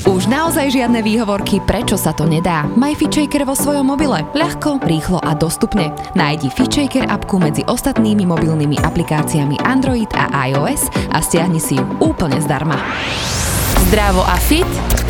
Už naozaj žiadne výhovorky, prečo sa to nedá. Maj FitShaker vo svojom mobile. Ľahko, rýchlo a dostupne. Nájdi FitShaker appku medzi ostatnými mobilnými aplikáciami Android a iOS a stiahni si ju úplne zdarma. Zdravo a fit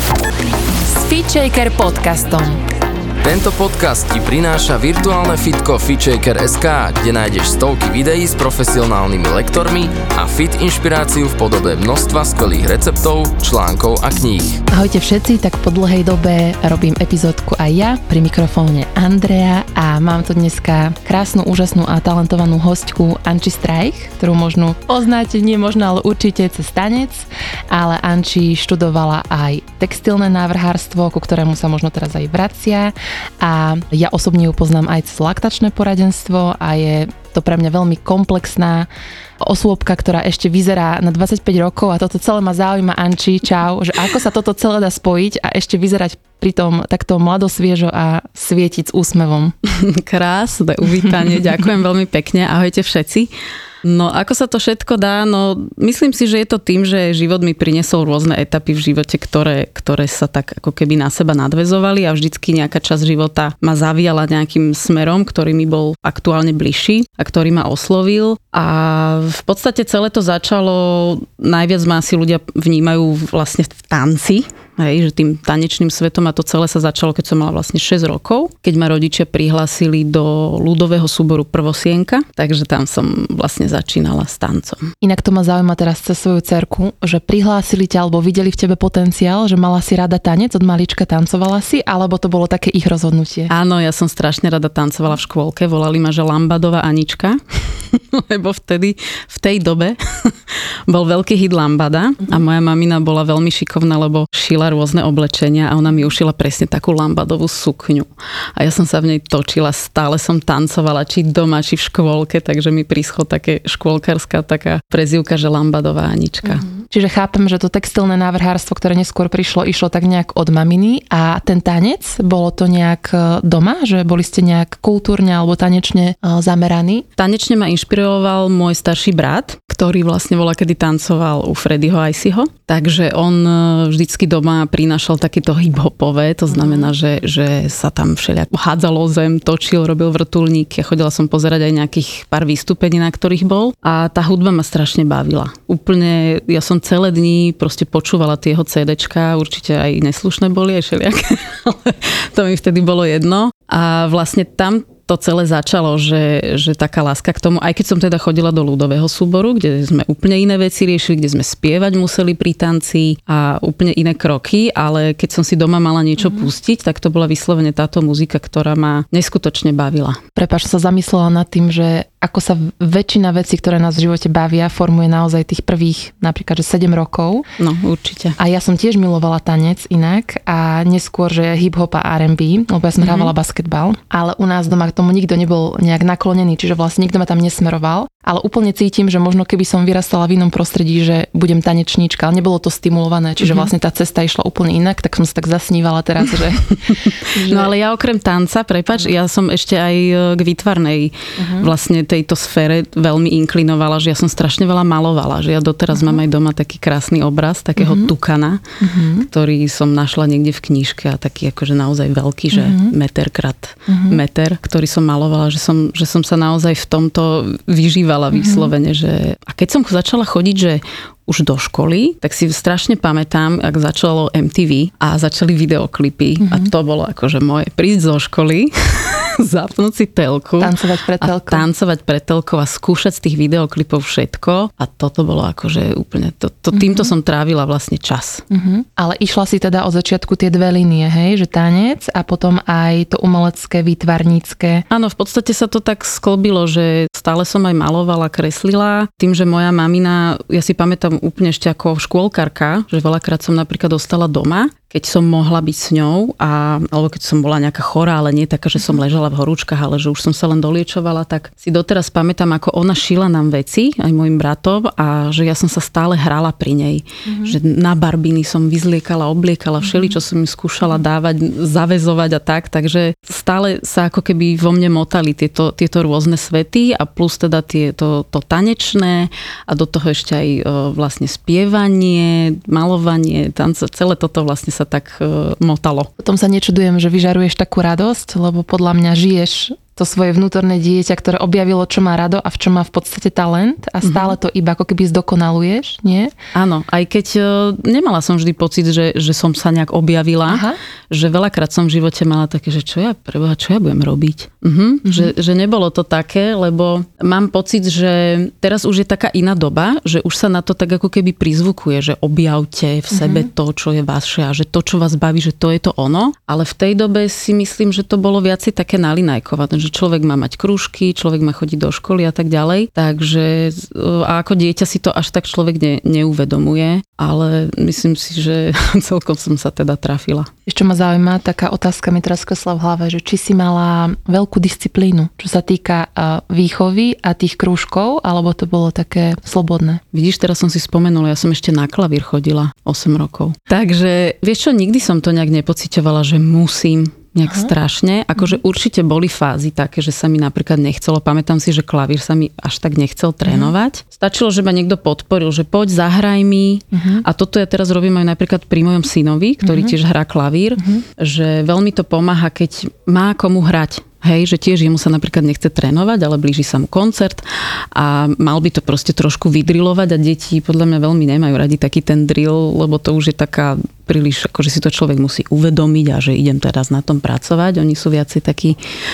s FitShaker podcastom. Tento podcast ti prináša virtuálne fitko FitShaker.sk, kde nájdeš stovky videí s profesionálnymi lektormi a fit inšpiráciu v podobe množstva skvelých receptov, článkov a kníh. Ahojte všetci, tak po dlhej dobe robím epizódku aj ja, pri mikrofóne Andrea a mám tu dneska krásnu, úžasnú a talentovanú hostku Anči Strajch, ktorú možno poznáte, nie možno, ale určite cez tanec, ale Anči študovala aj textilné návrhárstvo, ku ktorému sa možno teraz aj vracia. A ja osobne ju poznám aj cez laktačné poradenstvo a je to pre mňa veľmi komplexná osôbka, ktorá ešte vyzerá na 25 rokov a toto celé ma zaujíma. Anči, čau, že ako sa toto celé dá spojiť a ešte vyzerať pritom takto mladosviežo a svietiť s úsmevom. Krásne uvítanie, ďakujem veľmi pekne, ahojte všetci. No ako sa to všetko dá? No myslím si, že je to tým, že život mi priniesol rôzne etapy v živote, ktoré sa tak ako keby na seba nadväzovali a vždycky nejaká časť života ma zavíjala nejakým smerom, ktorý mi bol aktuálne bližší a ktorý ma oslovil. A v podstate celé to začalo, najviac ma asi ľudia vnímajú vlastne v tanci. Hej, že tým tanečným svetom a to celé sa začalo, keď som mala vlastne 6 rokov, keď ma rodičia prihlásili do ľudového súboru Prvosienka, takže tam som vlastne začínala s tancom. Inak to ma zaujíma teraz cez svoju dcerku, že prihlásili ťa alebo videli v tebe potenciál, že mala si rada tanec, od malička tancovala si, alebo to bolo také ich rozhodnutie? Áno, ja som strašne rada tancovala v škôlke, volali ma, že Lambadová Anička, lebo vtedy, v tej dobe bol veľký hit Lambada a moja mamina bola veľmi šikovná, lebo šila rôzne oblečenia a ona mi ušila presne takú lambadovú sukňu. A ja som sa v nej točila, stále som tancovala, či doma, či v škôlke, takže mi prischol také škôlkarská taká prezývka, že Lambadová Anička. Čiže chápem, že to textilné návrhárstvo, ktoré neskôr prišlo, išlo tak nejak od maminy a ten tanec, bolo to nejak doma, že boli ste nejak kultúrne alebo tanečne zameraní? Tanečne ma inšpiroval môj starší brat, ktorý vlastne bola kedy tancoval u Freddyho Icyho, takže on vždycky doma prinášal takéto hip-hopové, to znamená, že sa tam všelijak hádzalo zem, točil, robil vrtuľník. Ja chodila som pozerať aj nejakých pár vystúpení, na ktorých bol a tá hudba ma strašne bavila. Úplne, ja som celé dni proste počúvala tie jeho CDčka, určite aj neslušné boli, aj všelijaké, ale to mi vtedy bolo jedno. A vlastne tam to celé začalo, že taká láska k tomu, aj keď som teda chodila do ľudového súboru, kde sme úplne iné veci riešili, kde sme spievať museli pri tanci a úplne iné kroky, ale keď som si doma mala niečo pustiť, tak to bola vyslovene táto muzika, ktorá ma neskutočne bavila. Prepáč, sa zamyslela nad tým, že ako sa väčšina vecí, ktoré nás v živote bavia, formuje naozaj tých prvých napríklad, že 7 rokov. No, určite. A ja som tiež milovala tanec inak a neskôr, že hip-hop a R&B, lebo ja som hrávala basketbal, ale u nás doma k tomu nikto nebol nejak naklonený, čiže vlastne nikto ma tam nesmeroval, ale úplne cítim, že možno keby som vyrastala v inom prostredí, že budem tanečníčka, ale nebolo to stimulované, čiže vlastne tá cesta išla úplne inak, tak som sa tak zasnívala teraz, že... No ale ja okrem tanca, prepáč, ja som ešte aj k výtvarnej vlastne tejto sfére veľmi inklinovala, že ja som strašne veľa malovala, že ja doteraz mám aj doma taký krásny obraz takého tukana, ktorý som našla niekde v knižke a taký akože naozaj veľký, že meter krát meter, ktorý som malovala, že som sa naozaj v tomto vyžívala vyslovene, že a keď som začala chodiť, že už do školy, tak si strašne pamätám, ak začalo MTV a začali videoklipy a to bolo akože moje prísť zo školy, zapnúť si telku. Tancovať pred telkou. A tancovať pred telkou a skúšať z tých videoklipov všetko a toto bolo akože úplne, týmto som trávila vlastne čas. Ale išla si teda od začiatku tie dve línie, hej, že tanec a potom aj to umelecké, výtvarnícke. Áno, v podstate sa to tak sklbilo, že stále som aj malovala, kreslila. Tým, že moja mamina, ja si pamätám úplne ešte ako škôlkarka, že veľakrát som napríklad ostala doma, keď som mohla byť s ňou, alebo keď som bola nejaká chorá, ale nie taká, že som ležala v horúčkach, ale že už som sa len doliečovala, tak si doteraz pamätám, ako ona šila nám veci, aj môjim bratom, a že ja som sa stále hrala pri nej. Že na barbíny som vyzliekala, obliekala, všeli, čo som im skúšala dávať, zaväzovať a tak, takže stále sa ako keby vo mne motali tieto rôzne svety a plus teda to tanečné a do toho ešte aj vlastne spievanie, malovanie, tance, celé toto vlastne sa tak motalo. Potom sa nečudujem, že vyžaruješ takú radosť, lebo podľa mňa žiješ to svoje vnútorné dieťa, ktoré objavilo, čo má rado a v čom má v podstate talent a stále to iba ako keby zdokonaluješ, nie? Áno, aj keď nemala som vždy pocit, že som sa nejak objavila, že veľakrát som v živote mala také, že čo ja budem robiť? Že nebolo to také, lebo mám pocit, že teraz už je taká iná doba, že už sa na to tak ako keby prizvukuje, že objavte v sebe to, čo je vaše a že to, čo vás baví, že to je to ono. Ale v tej dobe si myslím, že to bolo viacej také nalinajkované, že človek má mať krúžky, človek má chodiť do školy a tak ďalej. Takže a ako dieťa si to až tak človek neuvedomuje, ale myslím si, že celkom som sa teda trafila. Ešte ma zaujíma, taká otázka mi teraz skresla v hlave, že či si mala veľkú disciplínu, čo sa týka výchovy a tých krúžkov, alebo to bolo také slobodné? Vidíš, teraz som si spomenula, ja som ešte na klavír chodila 8 rokov. Takže vieš čo, nikdy som to nejak nepociťovala, že musím nejak strašne. Akože určite boli fázy také, že sa mi napríklad nechcelo. Pamätám si, že klavír sa mi až tak nechcel trénovať. Stačilo, že ma niekto podporil, že poď, zahraj mi. A toto ja teraz robím aj napríklad pri mojom synovi, ktorý tiež hrá klavír, že veľmi to pomáha, keď má komu hrať. Hej, že tiež jemu sa napríklad nechce trénovať, ale blíži sa mu koncert a mal by to proste trošku vydrilovať a deti podľa mňa veľmi nemajú radi taký ten drill, lebo to už je taká príliš, akože si to človek musí uvedomiť a že idem teraz na tom pracovať. Oni sú viacej takí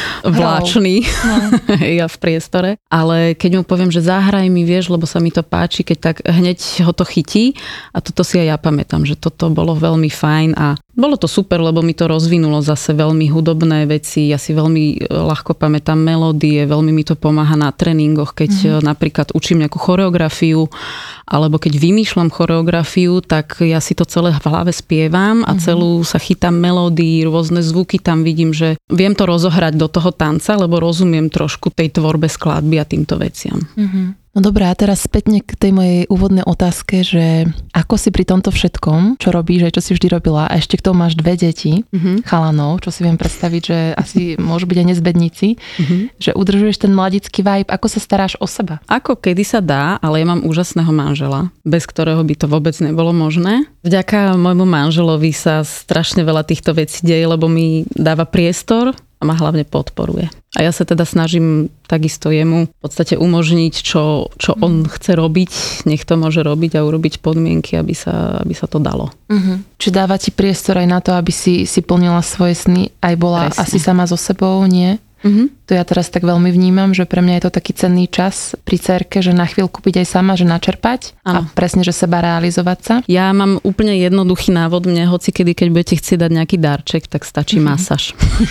vláční ja v priestore. Ale keď mu poviem, že zahraj mi, vieš, lebo sa mi to páči, keď tak hneď ho to chytí a toto si aj ja pamätám, že toto bolo veľmi fajn a bolo to super, lebo mi to rozvinulo zase veľmi hudobné veci. Ja si veľmi ľahko pamätám melódie, veľmi mi to pomáha na tréningoch, keď napríklad učím nejakú choreografiu, alebo keď vymýšľam choreografiu, tak ja si to celé v hlave spievam a celú sa chytám melódií, rôzne zvuky tam vidím, že viem to rozohrať do toho tanca, lebo rozumiem trošku tej tvorbe skladby a týmto veciam. No dobré, a teraz spätne k tej mojej úvodnej otázke, že ako si pri tomto všetkom, čo robíš, aj čo si vždy robila, a ešte k tomu máš 2 deti, chalanov, čo si viem predstaviť, že asi môžu byť aj nezbedníci, že udržuješ ten mladický vibe, ako sa staráš o seba? Ako kedy sa dá, ale ja mám úžasného manžela, bez ktorého by to vôbec nebolo možné. Vďaka môjmu manželovi sa strašne veľa týchto vecí deje, lebo mi dáva priestor a ma hlavne podporuje. A ja sa teda snažím takisto jemu v podstate umožniť, čo on chce robiť, nech to môže robiť a urobiť podmienky, aby sa to dalo. Či dáva ti priestor aj na to, aby si plnila svoje sny, aj bola asi sama so sebou, nie? To ja teraz tak veľmi vnímam, že pre mňa je to taký cenný čas pri dcerke, že na chvíľku byť aj sama, že načerpať a presne, že seba realizovať sa. Ja mám úplne jednoduchý návod mne, hoci kedy, keď budete chcieť dať nejaký darček, tak stačí masáž.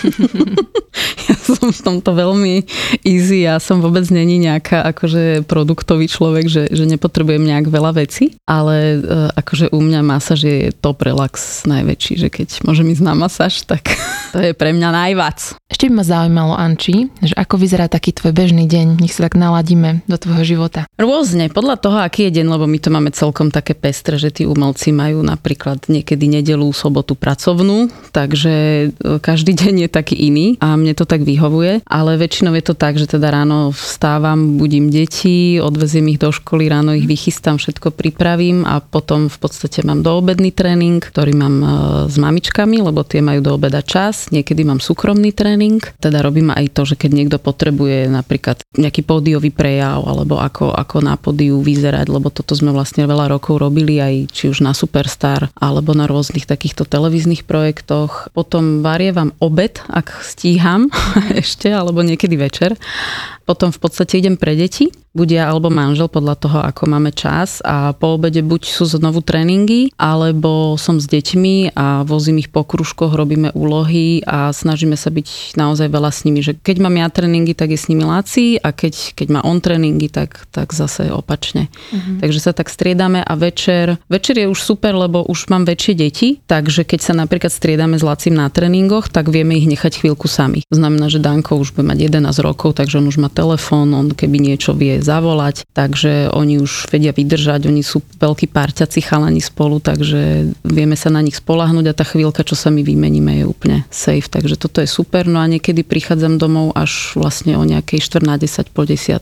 Ja som v tomto veľmi easy, ja som vôbec není nejaká akože produktový človek, že nepotrebujem nejak veľa vecí, ale akože u mňa masáž je top relax najväčší, že keď môžem ísť na masáž, tak to je pre mňa najvac. Ešte by ma zaujímalo, Anči, že ako vyzerá taký tvoj bežný deň, nech sa tak naladíme do tvojho života. Rôzne, podľa toho, aký je deň, lebo my to máme celkom také pestre, že tí umelci majú napríklad niekedy nedeľu, sobotu pracovnú, takže každý deň je taký iný a mne to tak vyhovuje, ale väčšinou je to tak, že teda ráno vstávam, budím deti, odveziem ich do školy, ráno ich vychystám, všetko pripravím a potom v podstate mám doobedný tréning, ktorý mám s mamičkami, lebo tie majú do obeda čas, niekedy mám súkromný tréning, teda robím aj to, že keď niekto potrebuje napríklad nejaký pódiový prejav alebo ako na pódiu vyzerať, lebo toto sme vlastne veľa rokov robili aj či už na Superstar alebo na rôznych takýchto televíznych projektoch. Potom varievam obed, ak stíham ešte, alebo niekedy večer. Potom v podstate idem pre deti, buď ja alebo manžel podľa toho, ako máme čas a po obede buď sú znovu tréningy, alebo som s deťmi a vozím ich po kružkoch, robíme úlohy a snažíme sa byť naozaj veľa s nimi, že keď mám ja tréningy, tak je s nimi Laci a keď má on tréningy, tak zase opačne. Takže sa tak striedame a večer je už super, lebo už mám väčšie deti, takže keď sa napríklad striedame s Lacim na tréningoch, tak vieme ich nechať chvíľku sami. To znamená, že Danko už bude mať 11 rokov, takže on už má telefón, on keby niečo vie zavolať, takže oni už vedia vydržať, oni sú veľkí párťaci chalani spolu, takže vieme sa na nich spoľahnúť a tá chvíľka, čo sa my vymeníme, je úplne safe, takže toto je super, no a niekedy prichádzam domov až vlastne o nejakej 9:45 po 10:00.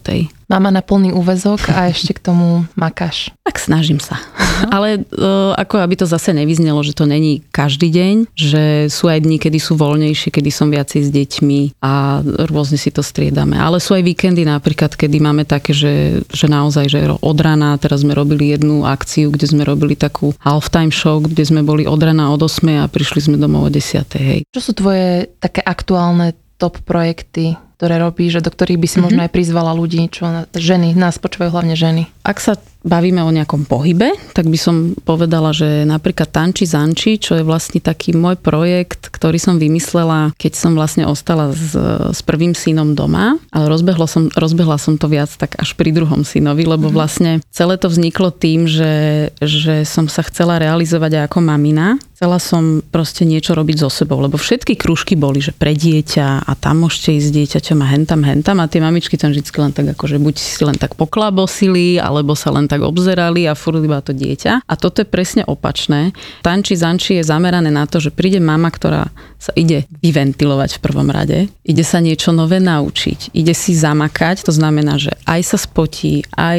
Mama na plný úväzok a ešte k tomu makáš. Tak snažím sa. Ale ako aby to zase nevyznelo, že to není každý deň, že sú aj dni, kedy sú voľnejšie, kedy som viacej s deťmi a rôzne si to striedame. Ale sú aj víkendy napríklad, kedy máme také, že naozaj, že od rána, teraz sme robili jednu akciu, kde sme robili takú halftime show, kde sme boli od rána od 8 a prišli sme domov o 10. Hej. Čo sú tvoje také aktuálne top projekty, ktoré robíš, do ktorých by si možno aj prizvala ľudí, ženy, nás počúvajú hlavne ženy? Ak sa bavíme o nejakom pohybe, tak by som povedala, že napríklad Tanči Zanči, čo je vlastne taký môj projekt, ktorý som vymyslela, keď som vlastne ostala s prvým synom doma, ale rozbehla som to viac tak až pri druhom synovi, lebo vlastne celé to vzniklo tým, že som sa chcela realizovať aj ako mamina. Chcela som proste niečo robiť so sebou, lebo všetky krúžky boli, že pre dieťa a tam môžete ísť s dieťaťom a hentam a tie mamičky tam vždy len tak akože buď si len tak poklabosili, alebo sa len tak obzerali a furt iba to dieťa. A toto je presne opačné. Tanči Zanči je zamerané na to, že príde mama, ktorá sa ide vyventilovať v prvom rade, ide sa niečo nové naučiť, ide si zamakať, to znamená, že aj sa spotí, aj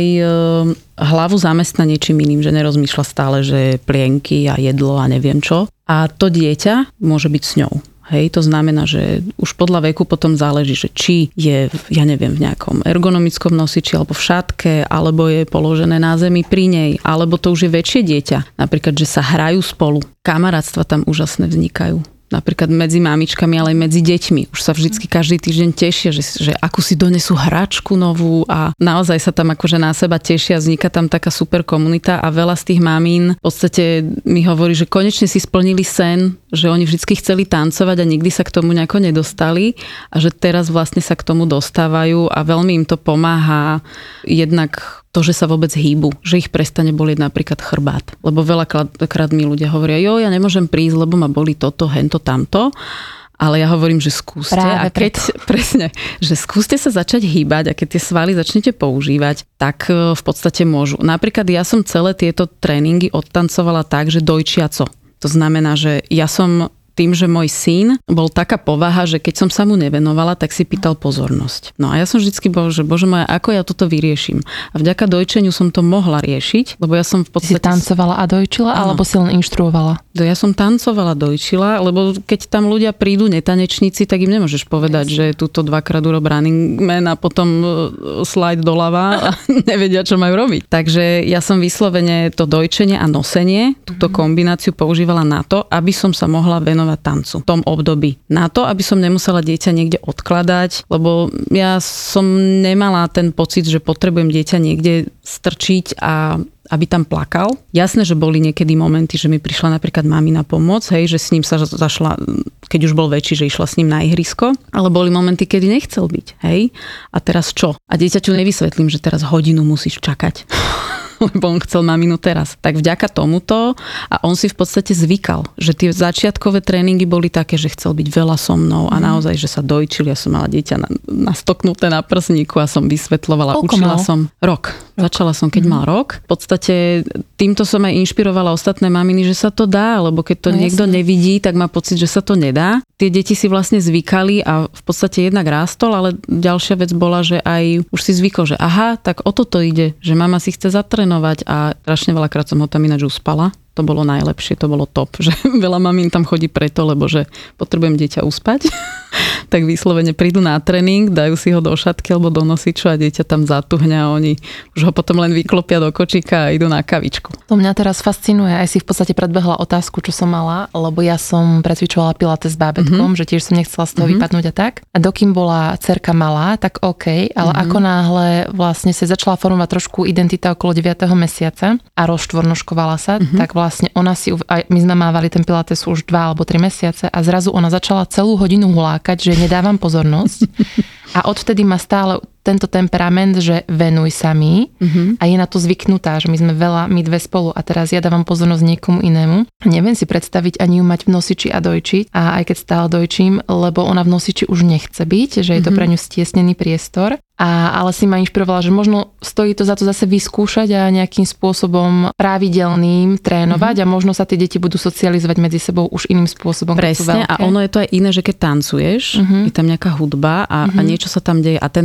hlavu zamestná niečím iným, že nerozmýšľa stále, že plienky a jedlo a neviem čo. A to dieťa môže byť s ňou. Hej, to znamená, že už podľa veku potom záleží, že či je, ja neviem, v nejakom ergonomickom nosiči alebo v šatke, alebo je položené na zemi pri nej, alebo to už je väčšie dieťa. Napríklad, že sa hrajú spolu. Kamarátstva tam úžasné vznikajú. Napríklad medzi mamičkami, ale aj medzi deťmi. Už sa vždycky každý týždeň tešia, že akú si donesú hračku novú a naozaj sa tam akože na seba tešia, vzniká tam taká super komunita a veľa z tých mamín v podstate mi hovorí, že konečne si splnili sen, že oni vždycky chceli tancovať a nikdy sa k tomu nejako nedostali a že teraz vlastne sa k tomu dostávajú a veľmi im to pomáha jednak to, že sa vôbec hýbu, že ich prestane bolieť napríklad chrbát. Lebo veľakrát mi ľudia hovoria, ja nemôžem prísť, lebo ma bolí toto, hento, tamto. Ale ja hovorím, že skúste. Práve a presne, že skúste sa začať hýbať a keď tie svaly začnete používať, tak v podstate môžu. Napríklad ja som celé tieto tréningy odtancovala tak, že dojčiaco. To znamená, že ja som tým, že môj syn bol taká povaha, že keď som sa mu nevenovala, tak si pýtal pozornosť. No a ja som vždycky bol, že bože moja, ako ja toto vyrieším. A vďaka dojčeniu som to mohla riešiť, lebo ja som v podstate... Si tancovala a dojčila, alebo si len inštruovala? Ja som tancovala, dojčila, lebo keď tam ľudia prídu netanečníci, tak im nemôžeš povedať, že túto 2x urob running man a potom slide doľava a nevedia, čo majú robiť. Takže ja som vyslovene to dojčenie a nosenie, túto kombináciu používala na to, aby som sa mohla venovať tancu v tom období. Na to, aby som nemusela dieťa niekde odkladať, lebo ja som nemala ten pocit, že potrebujem dieťa niekde strčiť a aby tam plakal. Jasné, že boli niekedy momenty, že mi prišla napríklad mamina pomôcť, hej, že s ním sa zašla, keď už bol väčší, že išla s ním na ihrisko, ale boli momenty, kedy nechcel byť, hej. A teraz čo? A dieťaťu nevysvetlím, že teraz hodinu musíš čakať. Lebo on chcel maminu teraz. Tak vďaka tomuto a on si v podstate zvykal, že tie začiatkové tréningy boli také, že chcel byť veľa so mnou a naozaj, že sa dojčili. Ja som mala dieťa nastoknuté na prsníku a som vysvetľovala. Učila som rok. Začala som, keď mal rok. V podstate týmto som aj inšpirovala ostatné maminy, že sa to dá, lebo keď to niekto nevidí, tak má pocit, že sa to nedá. Tie deti si vlastne zvykali a v podstate jednak rástol, ale ďalšia vec bola, že aj už si zvykol, že aha, tak o toto ide, že mama si chce zatrénovať a strašne veľakrát som ho tam ináč uspala. To bolo najlepšie, to bolo top, že veľa mamín tam chodí preto, lebo že potrebujem dieťa uspať. Tak vyslovene prídu na tréning, dajú si ho do šatky alebo do nosiču a dieťa tam zatuhňa a oni už ho potom len vyklopia do kočíka a idú na kavičku. To mňa teraz fascinuje, aj si v podstate predbehla otázku, čo som mala, lebo ja som precvičovala pilates s bábätkom, že tiež som nechcela z toho vypadnúť a tak. A dokým bola dcerka malá, tak OK, ale ako náhle vlastne sa začala formovať trošku identita okolo 9. mesiaca a rozštvornoškovala sa, tak vlastne ona si, my sme mávali ten pilates už 2 alebo 3 mesiace a zrazu ona začala celú hodinu hulákať, že nedávam pozornosť a odvtedy má stále tento temperament, že venuj sa mi a je na to zvyknutá, že my sme my dve spolu a teraz ja dávam pozornosť niekomu inému. Neviem si predstaviť ani ju mať v nosiči a dojčiť a aj keď stále dojčím, lebo ona v nosiči už nechce byť, že je to pre ňu stiesnený priestor. Ale si ma inšpirovala, že možno stojí to za to zase vyskúšať a nejakým spôsobom pravidelným trénovať a možno sa tie deti budú socializovať medzi sebou už iným spôsobom. Presne, a ono je to aj iné, že keď tancuješ, je tam nejaká hudba a niečo sa tam deje a ten tanec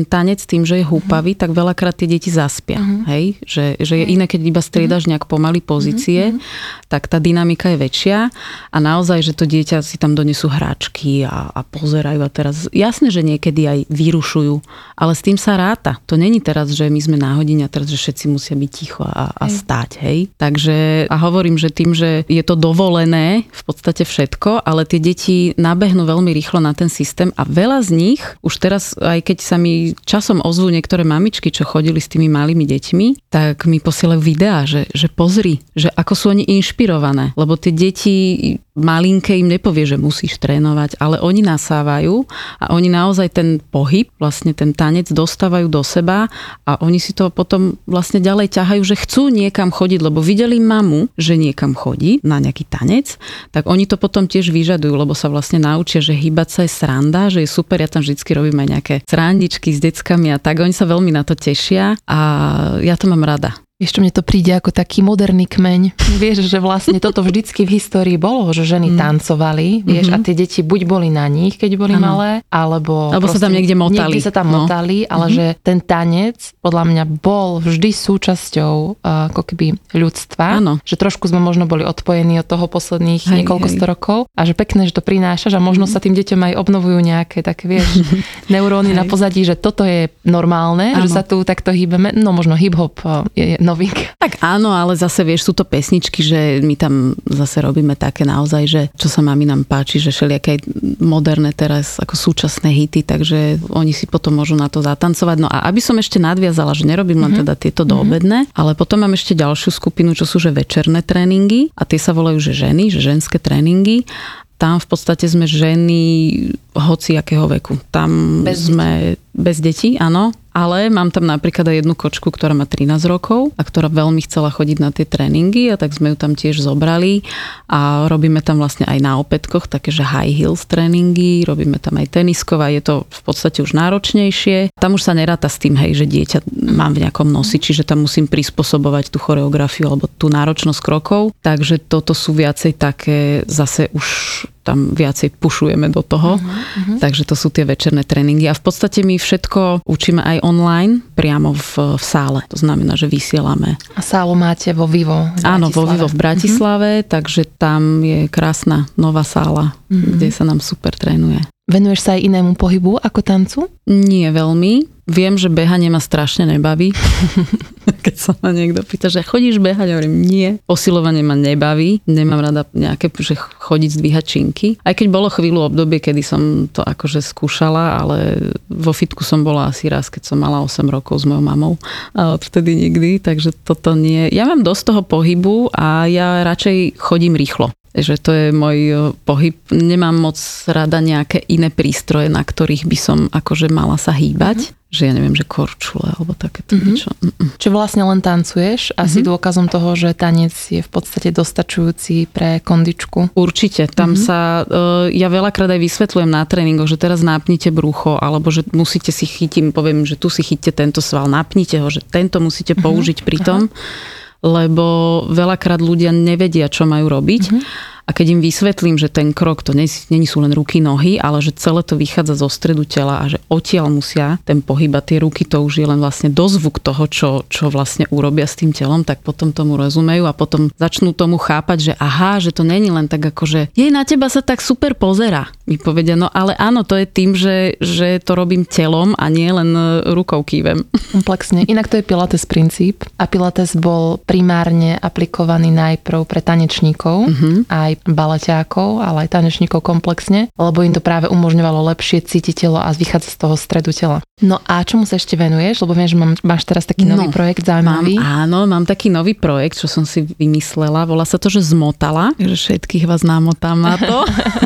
tým, že je húpavý, tak veľakrát tie deti zaspia. Hej? Že je iné, keď iba striedaš nejak pomaly pozície, tak tá dynamika je väčšia a naozaj, že to dieťa si tam donesú hráčky a pozerajú a teraz jasné, že niekedy aj vyrušujú, ale s tým sa ráta. To není teraz, že my sme na hodine a teraz, že všetci musia byť ticho a stáť. Hej? Takže a hovorím, že tým, že je to dovolené v podstate všetko, ale tie deti nabehnú veľmi rýchlo na ten systém a veľa z nich, už teraz aj keď sa mi časom ozvú niektoré mamičky, čo chodili s tými malými deťmi, tak mi posielajú videá, že pozri, že ako sú oni inšpirované, lebo tie deti malinké im nepovie, že musíš trénovať, ale oni nasávajú a oni naozaj ten pohyb, vlastne ten tanec dostávajú do seba a oni si to potom vlastne ďalej ťahajú, že chcú niekam chodiť, lebo videli mamu, že niekam chodí na nejaký tanec, tak oni to potom tiež vyžadujú, lebo sa vlastne naučia, že hýbať sa je sranda, že je super, ja tam vždycky robím aj nejaké srandičky s deckami a tak, oni sa veľmi na to tešia a ja to mám rada. Vieš, čo mne to príde ako taký moderný kmeň. Vieš, že vlastne toto vždycky v histórii bolo, že ženy tancovali, vieš, a tie deti buď boli na nich, keď boli malé, alebo sa tam niekde motali. Niekde sa tam motali, ale že ten tanec podľa mňa bol vždy súčasťou ako keby ľudstva. Áno. Že trošku sme možno boli odpojení od toho posledných niekoľko sto rokov a že pekné, že to prinášaš a možno sa tým deťom aj obnovujú nejaké také, vieš, neuróny na pozadí, že toto je normálne, že sa tu takto hýbeme. No možno hip-hop je novinka. Tak áno, ale zase vieš, sú to pesničky, že my tam zase robíme také naozaj, že čo sa maminám páči, že všelijaké moderné teraz ako súčasné hity, takže oni si potom môžu na to zatancovať. No a aby som ešte nadviazala, že nerobím len teda tieto doobedné, ale potom mám ešte ďalšiu skupinu, čo sú že večerné tréningy a tie sa volajú že ženy, že ženské tréningy. Tam v podstate sme ženy hociakého veku. Tam sme bez detí, áno. Ale mám tam napríklad aj jednu kočku, ktorá má 13 rokov a ktorá veľmi chcela chodiť na tie tréningy a tak sme ju tam tiež zobrali a robíme tam vlastne aj na opätkoch také, že high heels tréningy, robíme tam aj teniskové, je to v podstate už náročnejšie. Tam už sa neráta s tým, hej, že dieťa mám v nejakom nosiči, že tam musím prispôsobovať tú choreografiu alebo tú náročnosť krokov, takže toto sú viacej také, zase už tam viacej pušujeme do toho, takže to sú tie večerné tréningy a v podstate my všetko učíme aj online, priamo v sále. To znamená, že vysielame. A sálu máte vo Vivo v Bratislave. Áno, vo Vivo v Bratislave, takže tam je krásna nová sála, kde sa nám super trénuje. Venuješ sa aj inému pohybu ako tancu? Nie veľmi. Viem, že behanie ma strašne nebaví. Keď sa ma niekto pýta, že chodíš behať, hovorím nie. Posilovanie ma nebaví. Nemám rada nejaké, že chodiť zdvíhať činky. Aj keď bolo chvíľu obdobie, kedy som to akože skúšala, ale vo fitku som bola asi raz, keď som mala 8 rokov s mojou mamou. A odvtedy nikdy, takže toto nie. Ja mám dosť toho pohybu a ja radšej chodím rýchlo. Že to je môj pohyb. Nemám moc rada nejaké iné prístroje, na ktorých by som akože mala sa hýbať. Že ja neviem, že korčule alebo takéto niečo. Čiže vlastne len tancuješ a si dôkazom toho, že tanec je v podstate dostačujúci pre kondičku. Určite. Tam sa, ja veľakrát aj vysvetľujem na tréningoch, že teraz napnite brucho, alebo že musíte si chytiť, poviem, že tu si chyťte tento sval, napnite ho, že tento musíte použiť pri tom. Lebo veľakrát ľudia nevedia, čo majú robiť. A keď im vysvetlím, že ten krok, to nie sú len ruky, nohy, ale že celé to vychádza zo stredu tela a že odtiaľ musia ten pohyb a tie ruky, to už je len vlastne dozvuk toho, čo vlastne urobia s tým telom, tak potom tomu rozumejú a potom začnú tomu chápať, že aha, že to není len tak ako, že jej na teba sa tak super pozerá, mi povedia. No ale áno, to je tým, že to robím telom a nie len rukou kývem. Komplexne. Inak to je Pilates princíp a Pilates bol primárne aplikovaný najprv pre tanečníkov, aj baleťákov, ale aj tanečníkov komplexne, lebo im to práve umožňovalo lepšie cítiť telo a vychádzať z toho stredu tela. No a čomu sa ešte venuješ? Lebo viem, že máš teraz taký nový projekt zaujímavý. Mám taký nový projekt, čo som si vymyslela. Volá sa to, že Zmotala. Takže všetkých vás namotám na to.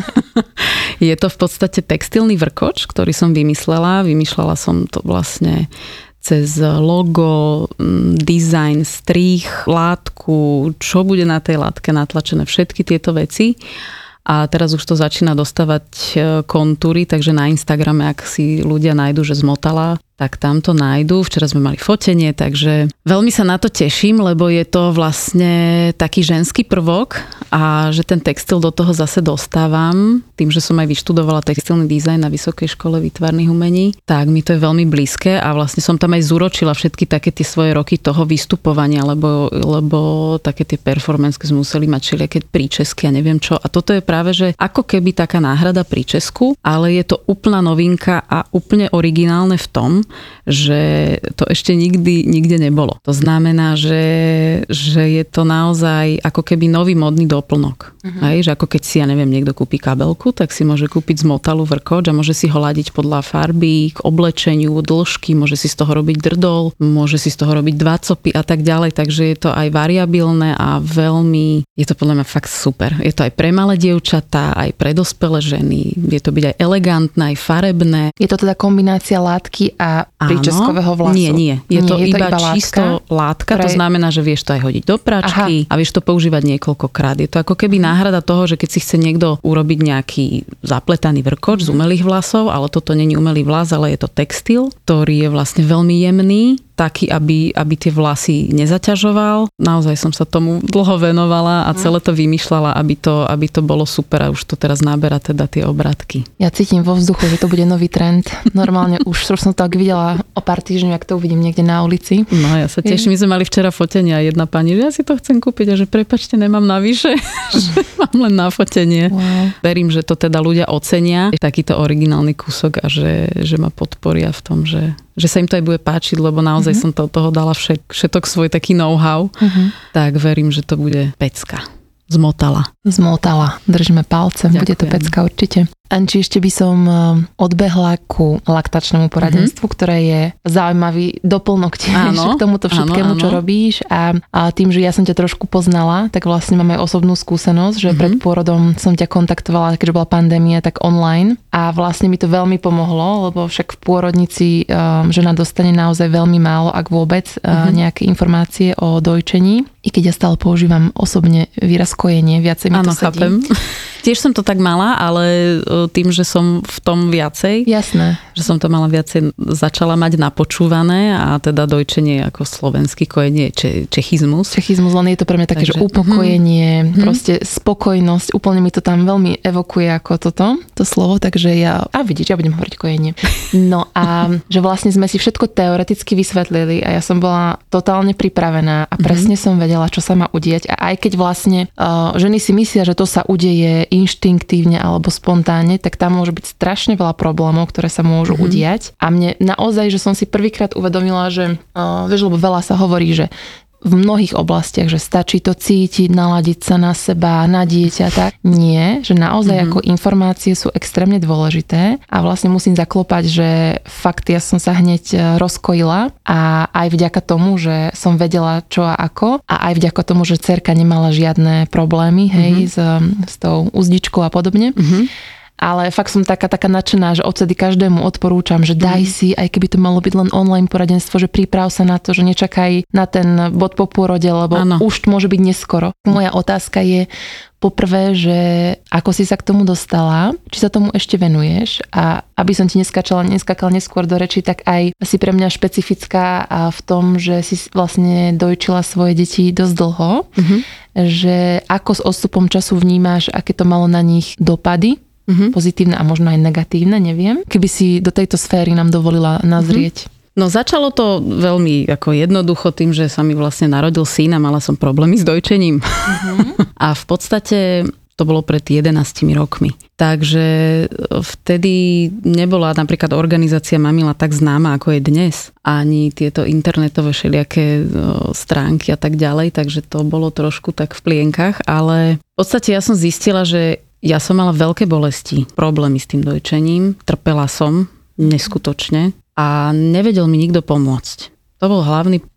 Je to v podstate textilný vrkoč, ktorý som vymyslela. Vymýšľala som to vlastne cez logo, design, strih, látku, čo bude na tej látke natlačené, všetky tieto veci. A teraz už to začína dostávať kontúry, takže na Instagrame, ak si ľudia nájdu, že Zmotala, tak tam to nájdu. Včera sme mali fotenie, takže veľmi sa na to teším, lebo je to vlastne taký ženský prvok a že ten textil do toho zase dostávam. Tým, že som aj vyštudovala textilný dizajn na Vysokej škole výtvarných umení, tak mi to je veľmi blízke a vlastne som tam aj zúročila všetky také tie svoje roky toho vystupovania, lebo také tie performance sme museli mať všelijaké príčesky a neviem čo. A toto je práve, že ako keby taká náhrada príčesku, ale je to úplná novinka a úplne originálne v tom, že to ešte nikde nebolo. To znamená, že je to naozaj ako keby nový modný doplnok. Hej, že ako keď si, ja neviem, niekto kúpi kabelku, tak si môže kúpiť z motalu vrkoč a môže si ho ladiť podľa farby, k oblečeniu, dĺžky, môže si z toho robiť drdol, môže si z toho robiť 2 copy a tak ďalej, takže je to aj variabilné a veľmi, je to podľa mňa fakt super. Je to aj pre malé dievčatá, aj pre dospelé ženy, je to byť aj elegantné, aj farebné. Je to teda kombinácia látky a príčeskového vlasu? Nie. Je to iba čisto látka, to znamená, že vieš to aj hodiť do pračky a vieš to používať niekoľkokrát. Je to ako keby náhrada toho, že keď si chce niekto urobiť nejaký zapletaný vrkoč z umelých vlasov, ale toto nie je umelý vlas, ale je to textil, ktorý je vlastne veľmi jemný, taký, aby tie vlasy nezaťažoval. Naozaj som sa tomu dlho venovala a celé to vymýšľala, aby to bolo super a už to teraz náberá teda tie obratky. Ja cítim vo vzduchu, že to bude nový trend. Normálne už som to tak videla o pár týždňov, ak to uvidím niekde na ulici. No ja sa teším, my sme mali včera fotenie a jedna pani, že ja si to chcem kúpiť a že prepáčte, nemám navyše, že mám len na fotenie. Wow. Verím, že to teda ľudia ocenia, takýto originálny kúsok a že ma podporia v tom, že sa im to aj bude páčiť, lebo naozaj som to toho dala všetok svoj taký know-how, tak verím, že to bude pecka. Zmotala. Držíme palce, ďakujem. Bude to pecka určite. Anči, ešte by som odbehla ku laktačnému poradenstvu, ktoré je zaujímavý doplnok tiež k tomuto všetkému, čo robíš a tým, že ja som ťa trošku poznala, tak vlastne mám aj osobnú skúsenosť, že pred pôrodom som ťa kontaktovala, keďže bola pandémia, tak online a vlastne mi to veľmi pomohlo, lebo však v pôrodnici žena dostane naozaj veľmi málo, ak vôbec, nejaké informácie o dojčení. I keď ja stále používam osobne výraz kojenie, viacej mi to sedí. Chápem. Tiež som to tak mala, ale tým, že som v tom viacej. Jasné. Že som to mala viacej, začala mať napočúvané a teda dojčenie ako slovenský kojenie čechizmus. Čechizmus, len je to pre mňa také, že upokojenie, proste spokojnosť, úplne mi to tam veľmi evokuje ako to slovo, takže ja vidíš, ja budem hovoriť kojenie. No a že vlastne sme si všetko teoreticky vysvetlili a ja som bola totálne pripravená a presne som vedela, čo sa má udieť a aj keď vlastne ženy si myslia, že to sa udeje inštinktívne alebo spontánne, tak tam môže byť strašne veľa problémov, ktoré sa môžu udiať. A mne naozaj, že som si prvýkrát uvedomila, že vieš, lebo veľa sa hovorí, že v mnohých oblastiach, že stačí to cítiť, naladiť sa na seba, na dieťa, tak nie, že naozaj ako informácie sú extrémne dôležité a vlastne musím zaklopať, že fakt ja som sa hneď rozkojila a aj vďaka tomu, že som vedela čo a ako a aj vďaka tomu, že dcerka nemala žiadne problémy, hej, s tou uzdičkou a podobne. Ale fakt som taká nadšená, že odtedy každému odporúčam, že daj si, aj keby to malo byť len online poradenstvo, že priprav sa na to, že nečakaj na ten bod po pôrode, lebo už môže byť neskoro. Moja otázka je poprvé, že ako si sa k tomu dostala, či sa tomu ešte venuješ a aby som ti neskakala neskôr do reči, tak aj si pre mňa špecifická v tom, že si vlastne dojčila svoje deti dosť dlho, že ako s odstupom času vnímáš, aké to malo na nich dopady, pozitívne a možno aj negatívne, neviem. Keby si do tejto sféry nám dovolila nazrieť. No začalo to veľmi ako jednoducho tým, že sa mi vlastne narodil syn a mala som problémy s dojčením. A v podstate to bolo pred 11 rokmi. Takže vtedy nebola napríklad organizácia Mamila tak známa, ako je dnes. Ani tieto internetové všelijaké stránky a tak ďalej. Takže to bolo trošku tak v plienkach. Ale v podstate ja som zistila, že ja som mala veľké bolesti, problémy s tým dojčením, trpela som neskutočne a nevedel mi nikto pomôcť. To bol hlavný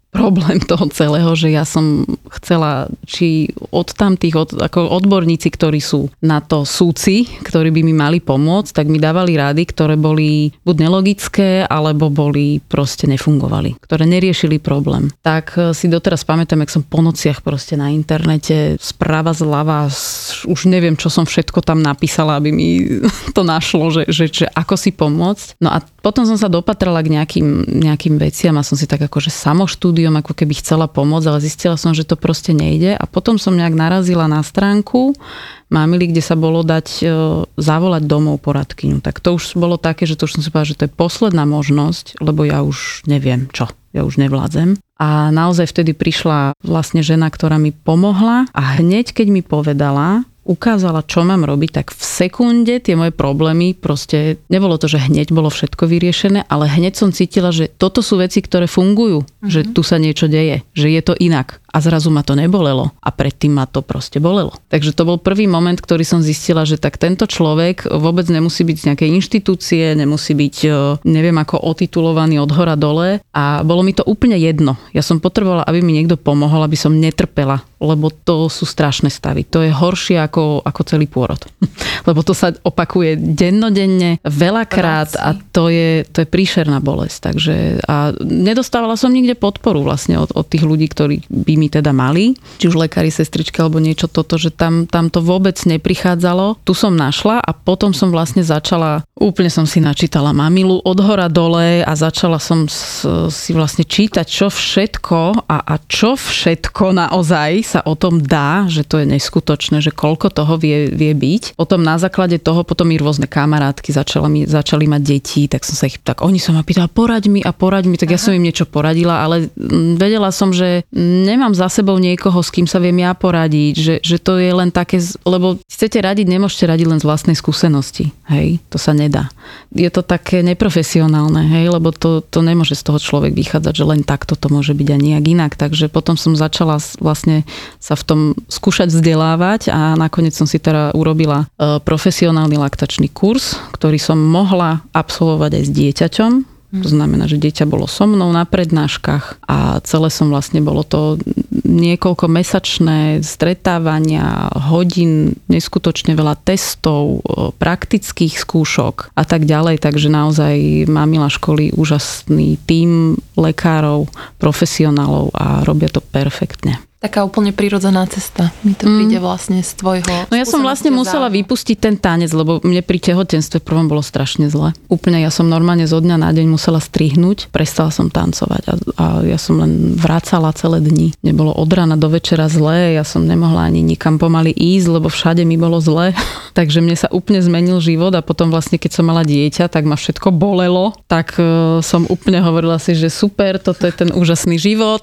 problém toho celého, že ja som chcela, či od tamtých, ako odborníci, ktorí sú na to súci, ktorí by mi mali pomôcť, tak mi dávali rady, ktoré boli buď nelogické, alebo boli proste nefungovali, ktoré neriešili problém. Tak si doteraz pamätám, jak som po nociach proste na internete sprava zľava, už neviem, čo som všetko tam napísala, aby mi to našlo, že ako si pomôcť. No a potom som sa dopatrala k nejakým veciam a som si tak akože samoštúdium ako keby chcela pomôcť, ale zistila som, že to proste nejde a potom som nejak narazila na stránku Mamily, kde sa bolo dať zavolať domov poradkyňu. Tak to už bolo také, že to už som si povedala, že to je posledná možnosť, lebo ja už neviem čo, ja už nevládzem. A naozaj vtedy prišla vlastne žena, ktorá mi pomohla a hneď keď mi povedala, ukázala, čo mám robiť, tak v sekunde tie moje problémy proste, nebolo to, že hneď bolo všetko vyriešené, ale hneď som cítila, že toto sú veci, ktoré fungujú, že tu sa niečo deje, že je to inak. A zrazu ma to nebolelo a predtým ma to proste bolelo. Takže to bol prvý moment, ktorý som zistila, že tak tento človek vôbec nemusí byť z nejakej inštitúcie, nemusí byť, neviem ako otitulovaný od hora dole a bolo mi to úplne jedno. Ja som potrebovala, aby mi niekto pomohol, aby som netrpela, lebo to sú strašné stavy. To je horšie ako celý pôrod. Lebo to sa opakuje dennodenne, veľakrát a to je príšerná bolesť. Takže a nedostávala som nikde podporu vlastne od tých ľudí, ktorí by mi teda mali, či už lekári, sestričky alebo niečo toto, že tam to vôbec neprichádzalo. Tu som našla a potom som vlastne začala, úplne som si načítala Mamilu od hora dole a začala som si vlastne čítať, čo všetko a čo všetko naozaj sa o tom dá, že to je neskutočné, že koľko toho vie byť. Potom na základe toho potom mi rôzne kamarátky začali mať deti, tak som sa ich, tak oni sa ma pýtali, poraď mi, tak ja som im niečo poradila, ale vedela som, že nemám za sebou niekoho, s kým sa viem ja poradiť, že to je len také, lebo chcete radiť, nemôžete radiť len z vlastnej skúsenosti, hej, to sa nedá. Je to také neprofesionálne, hej, lebo to nemôže z toho človek vychádzať, že len takto to môže byť a nejak inak, takže potom som začala vlastne sa v tom skúšať vzdelávať a nakoniec som si teda urobila profesionálny laktačný kurz, ktorý som mohla absolvovať aj s dieťaťom. To znamená, že dieťa bolo so mnou na prednáškach a celé som vlastne, bolo to niekoľko mesačné stretávania, hodín, neskutočne veľa testov, praktických skúšok a tak ďalej. Takže naozaj Mamila školí úžasný tím lekárov, profesionálov a robia to perfektne. Taká úplne prirodzená cesta. Mi to príde vlastne z tvojho... No ja som vlastne musela vypustiť ten tanec, lebo mne pri tehotenstve prvom bolo strašne zle. Úplne ja som normálne zo dňa na deň musela strihnúť, prestala som tancovať a ja som len vracala celé dni. Mne bolo od rána do večera zle, ja som nemohla ani nikam pomaly ísť, lebo všade mi bolo zle. Takže mne sa úplne zmenil život a potom vlastne keď som mala dieťa, tak ma všetko bolelo. Tak som úplne hovorila si, že super, toto je ten úžasný život.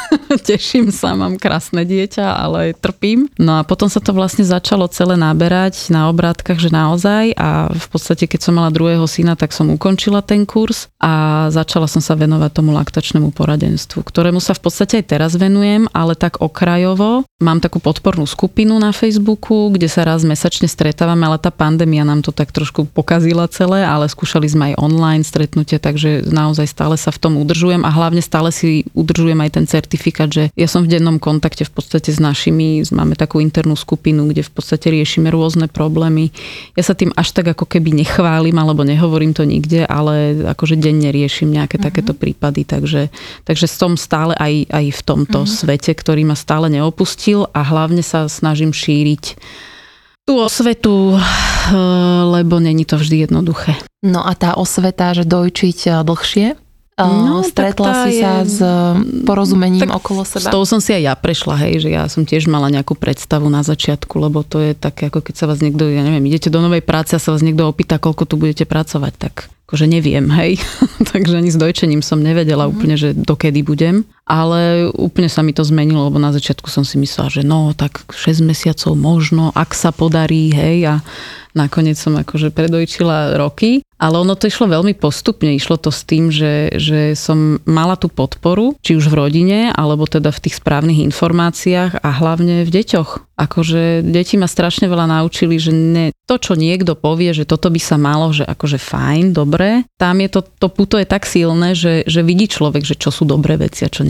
Teším sa, mám krásne dieťa, ale trpím. No a potom sa to vlastne začalo celé naberať na obrátkach, že naozaj a v podstate keď som mala druhého syna, tak som ukončila ten kurz a začala som sa venovať tomu laktačnému poradenstvu, ktorému sa v podstate aj teraz venujem, ale tak okrajovo. Mám takú podpornú skupinu na Facebooku, kde sa raz mesačne stretávame, ale tá pandémia nám to tak trošku pokazila celé, ale skúšali sme aj online stretnutie, takže naozaj stále sa v tom udržujem a hlavne stále si udržujem aj ten certifikát, že ja som v dennom kontakte v podstate s našimi, máme takú internú skupinu, kde v podstate riešime rôzne problémy. Ja sa tým až tak ako keby nechválim, alebo nehovorím to nikde, ale akože denne riešim nejaké takéto prípady, takže som stále aj v tomto svete, ktorý ma stále neopustil a hlavne sa snažím šíriť tú osvetu, lebo není to vždy jednoduché. No a tá osveta, že dojčiť dlhšie? Stretla si sa s porozumením okolo seba? S tou som si aj ja prešla, hej, že ja som tiež mala nejakú predstavu na začiatku, lebo to je také, ako keď sa vás niekto, ja neviem, idete do novej práce a sa vás niekto opýta, koľko tu budete pracovať, tak akože neviem, hej. Takže ani s dojčením som nevedela úplne, že dokedy budem. Ale úplne sa mi to zmenilo, lebo na začiatku som si myslela, že no, tak 6 mesiacov možno, ak sa podarí, hej. A nakoniec som akože predojčila roky. Ale ono to išlo veľmi postupne. Išlo to s tým, že som mala tú podporu, či už v rodine, alebo teda v tých správnych informáciách a hlavne v deťoch. Akože deti ma strašne veľa naučili, že to, čo niekto povie, že toto by sa malo, že akože fajn, dobre. Tam je to puto je tak silné, že vidí človek, že čo sú dobré veci a čo nie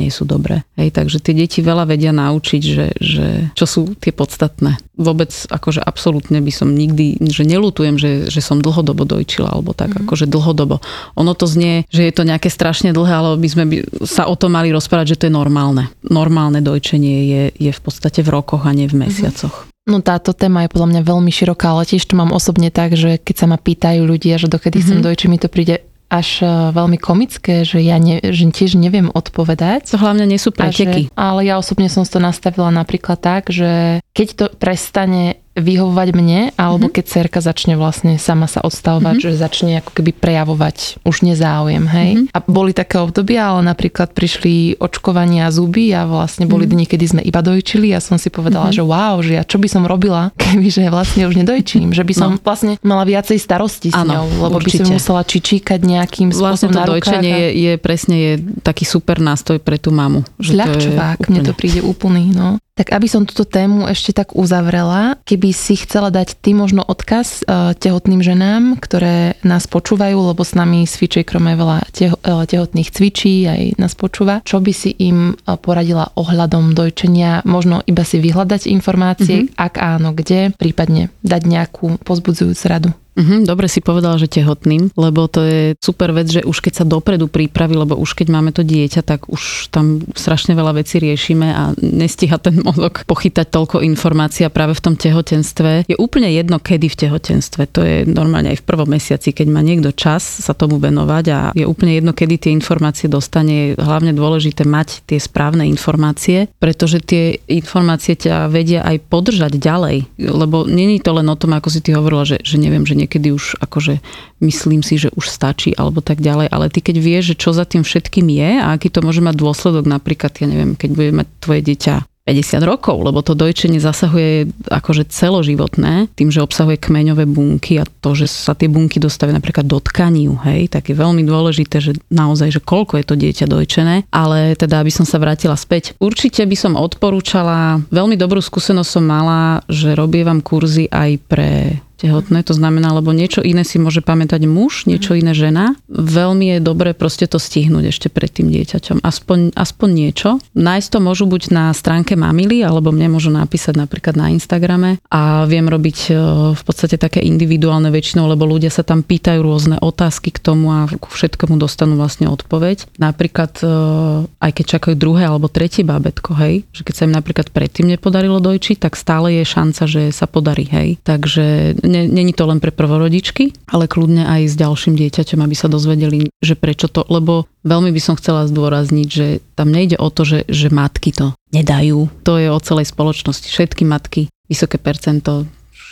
nie sú dobré. Hej, takže tie deti veľa vedia naučiť, že čo sú tie podstatné. Vôbec akože absolútne by som nikdy, že neľutujem, že som dlhodobo dojčila, alebo tak akože dlhodobo. Ono to znie, že je to nejaké strašne dlhé, ale by sme sa o tom mali rozprávať, že to je normálne. Normálne dojčenie je v podstate v rokoch a nie v mesiacoch. No táto téma je podľa mňa veľmi široká, ale tiež to mám osobne tak, že keď sa ma pýtajú ľudia, že dokedy chcem dojčiť, mi to príde až veľmi komické, že ja že tiež neviem odpovedať. To hlavne nie sú preteky. Ale ja osobne som to nastavila napríklad tak, že keď to prestane vyhovovať mne, alebo keď dcerka začne vlastne sama sa odstavovať, že začne ako keby prejavovať už nezáujem, hej. A boli také obdobia, ale napríklad prišli očkovania zuby a vlastne boli dni, kedy sme iba dojčili a som si povedala, že wow, že ja čo by som robila, kebyže vlastne už nedojčím, že by som vlastne mala viacej starosti s ňou, lebo určite. by som musela čičíkať nejakým spôsobom vlastne to dojčenie je presne taký super nástroj pre tú mamu. Ľahčovák, mne to príde úplný, no. Tak aby som túto tému ešte tak uzavrela, keby si chcela dať ty možno odkaz tehotným ženám, ktoré nás počúvajú, lebo s nami s FitShakerom aj veľa tehotných cvičí, aj nás počúva. Čo by si im poradila ohľadom dojčenia? Možno iba si vyhľadať informácie, ak áno, kde, prípadne dať nejakú povzbudzujúcu radu. Dobre si povedala, že tehotným, lebo to je super vec, že už keď sa dopredu pripraví, lebo už keď máme to dieťa, tak už tam strašne veľa vecí riešime a nestíha ten mozog pochytať toľko informácií a práve v tom tehotenstve je úplne jedno, kedy v tehotenstve. To je normálne aj v prvom mesiaci, keď má niekto čas sa tomu venovať a je úplne jedno, kedy tie informácie dostane. Je hlavne dôležité mať tie správne informácie, pretože tie informácie ťa vedia aj podržať ďalej, lebo není to len o tom, ako si ty hovorila, že neviem, že niekedy už akože myslím si, že už stačí alebo tak ďalej, ale ty keď vieš, že čo za tým všetkým je a aký to môže mať dôsledok, napríklad, ja neviem, keď bude mať tvoje dieťa 50 rokov, lebo to dojčenie zasahuje akože celoživotné, tým, že obsahuje kmeňové bunky a to, že sa tie bunky dostavia napríklad do tkaní, hej, tak je veľmi dôležité, že naozaj, že koľko je to dieťa dojčené, ale teda, aby som sa vrátila späť. Určite by som odporúčala, veľmi dobrú skúsenosť som mala, že robievam kurzy aj pre tehotné, to znamená, lebo niečo iné si môže pamätať muž, niečo iné žena. Veľmi je dobré proste to stihnúť ešte pred tým dieťaťom. Aspoň niečo. Nájsť to môžu buď na stránke Mamily, alebo mne môžu napísať napríklad na Instagrame a viem robiť v podstate také individuálne väčšinou, lebo ľudia sa tam pýtajú rôzne otázky k tomu a ku všetkomu dostanú vlastne odpoveď. Napríklad aj keď čakajú druhé alebo tretie bábätko, hej, že keď sa im napríklad predtým nepodarilo dojčiť, tak stále je šanca, že sa podarí, hej. Takže není to len pre prvorodičky, ale kľudne aj s ďalším dieťaťom, aby sa dozvedeli, že prečo to, lebo veľmi by som chcela zdôrazniť, že tam nejde o to, že matky to nedajú. To je o celej spoločnosti. Všetky matky, vysoké percento,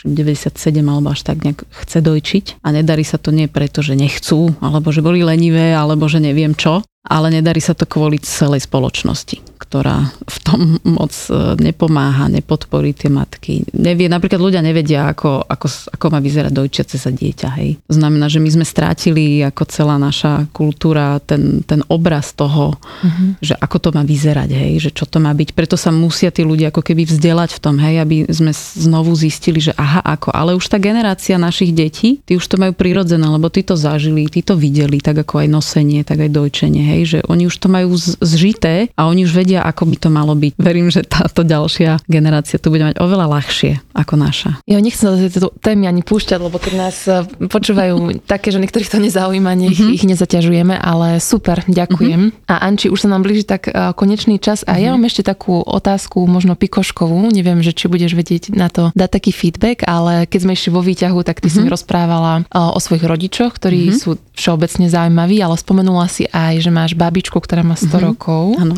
97 alebo až tak nejak chce dojčiť a nedarí sa to nie preto, že nechcú, alebo že boli lenivé, alebo že neviem čo, ale nedarí sa to kvôli celej spoločnosti, ktorá v tom moc nepomáha, nepodporí tie matky. Napríklad ľudia nevedia, ako má vyzerať dojčiace sa dieťa. Hej. To znamená, že my sme strátili ako celá naša kultúra ten obraz toho, že ako to má vyzerať, hej, že čo to má byť. Preto sa musia tí ľudia ako keby vzdelať v tom, hej, aby sme znovu zistili, že aha, ako. Ale už tá generácia našich detí, tí už to majú prirodzené, lebo tí to zažili, tí to videli, tak ako aj nosenie, tak aj dojčenie, hej, že oni už to majú zžité a oni už vedia, ako by to malo byť. Verím, že táto ďalšia generácia tu bude mať oveľa ľahšie ako naša. Ja nechcem sa tieto témy ani púšťať, lebo keď nás počúvajú také, že niektorých to nezaujíma, nech ich nezaťažujeme, ale super, ďakujem. A Anči, už sa nám blíži tak konečný čas a ja mám ešte takú otázku, možno pikoškovú, neviem, že či budeš vedieť na to dať taký feedback, ale keď sme išli vo výťahu, tak ty si mi rozprávala o svojich rodičoch, ktorí sú všeobecne zaujímaví, ale spomenula si aj, že máš babičku, ktorá má 100 rokov. Áno.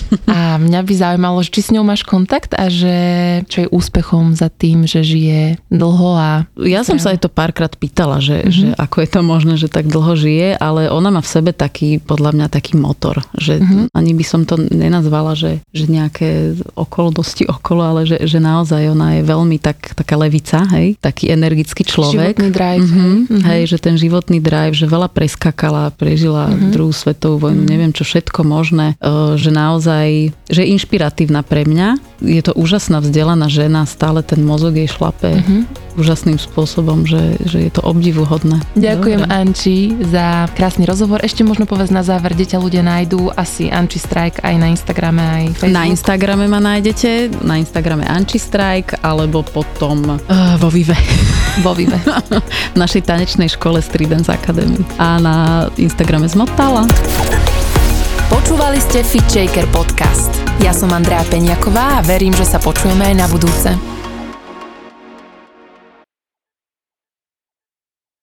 A mňa by zaujímalo, či s ňou máš kontakt a že čo je úspechom za tým, že žije dlho a... Ja som sa aj to párkrát pýtala, že ako je to možné, že tak dlho žije, ale ona má v sebe taký, podľa mňa taký motor, že ani by som to nenazvala, že nejaké okolnosti okolo, ale že naozaj ona je veľmi taká levica, hej, taký energický človek. Životný drive. Hej, že ten životný drive, že veľa preskakala, prežila druhú svetovú neviem čo všetko možné, že naozaj, že je inšpiratívna pre mňa. Je to úžasná vzdelaná žena, stále ten mozog jej šlape úžasným spôsobom, že je to obdivuhodné. Ďakujem, Anči, za krásny rozhovor. Ešte možno povedz na záver, kde ťa ľudia nájdú, asi Anči Strike aj na Instagrame, aj Facebook. Na Instagrame ma nájdete, na Instagrame Anči Strike, alebo potom vo Vive. Vo Vive. V našej tanečnej škole Street Dance Academy. A na Instagrame Zmotala. Počúvali ste Fit Shaker podcast. Ja som Andrea Peňaková a verím, že sa počujeme aj na budúce.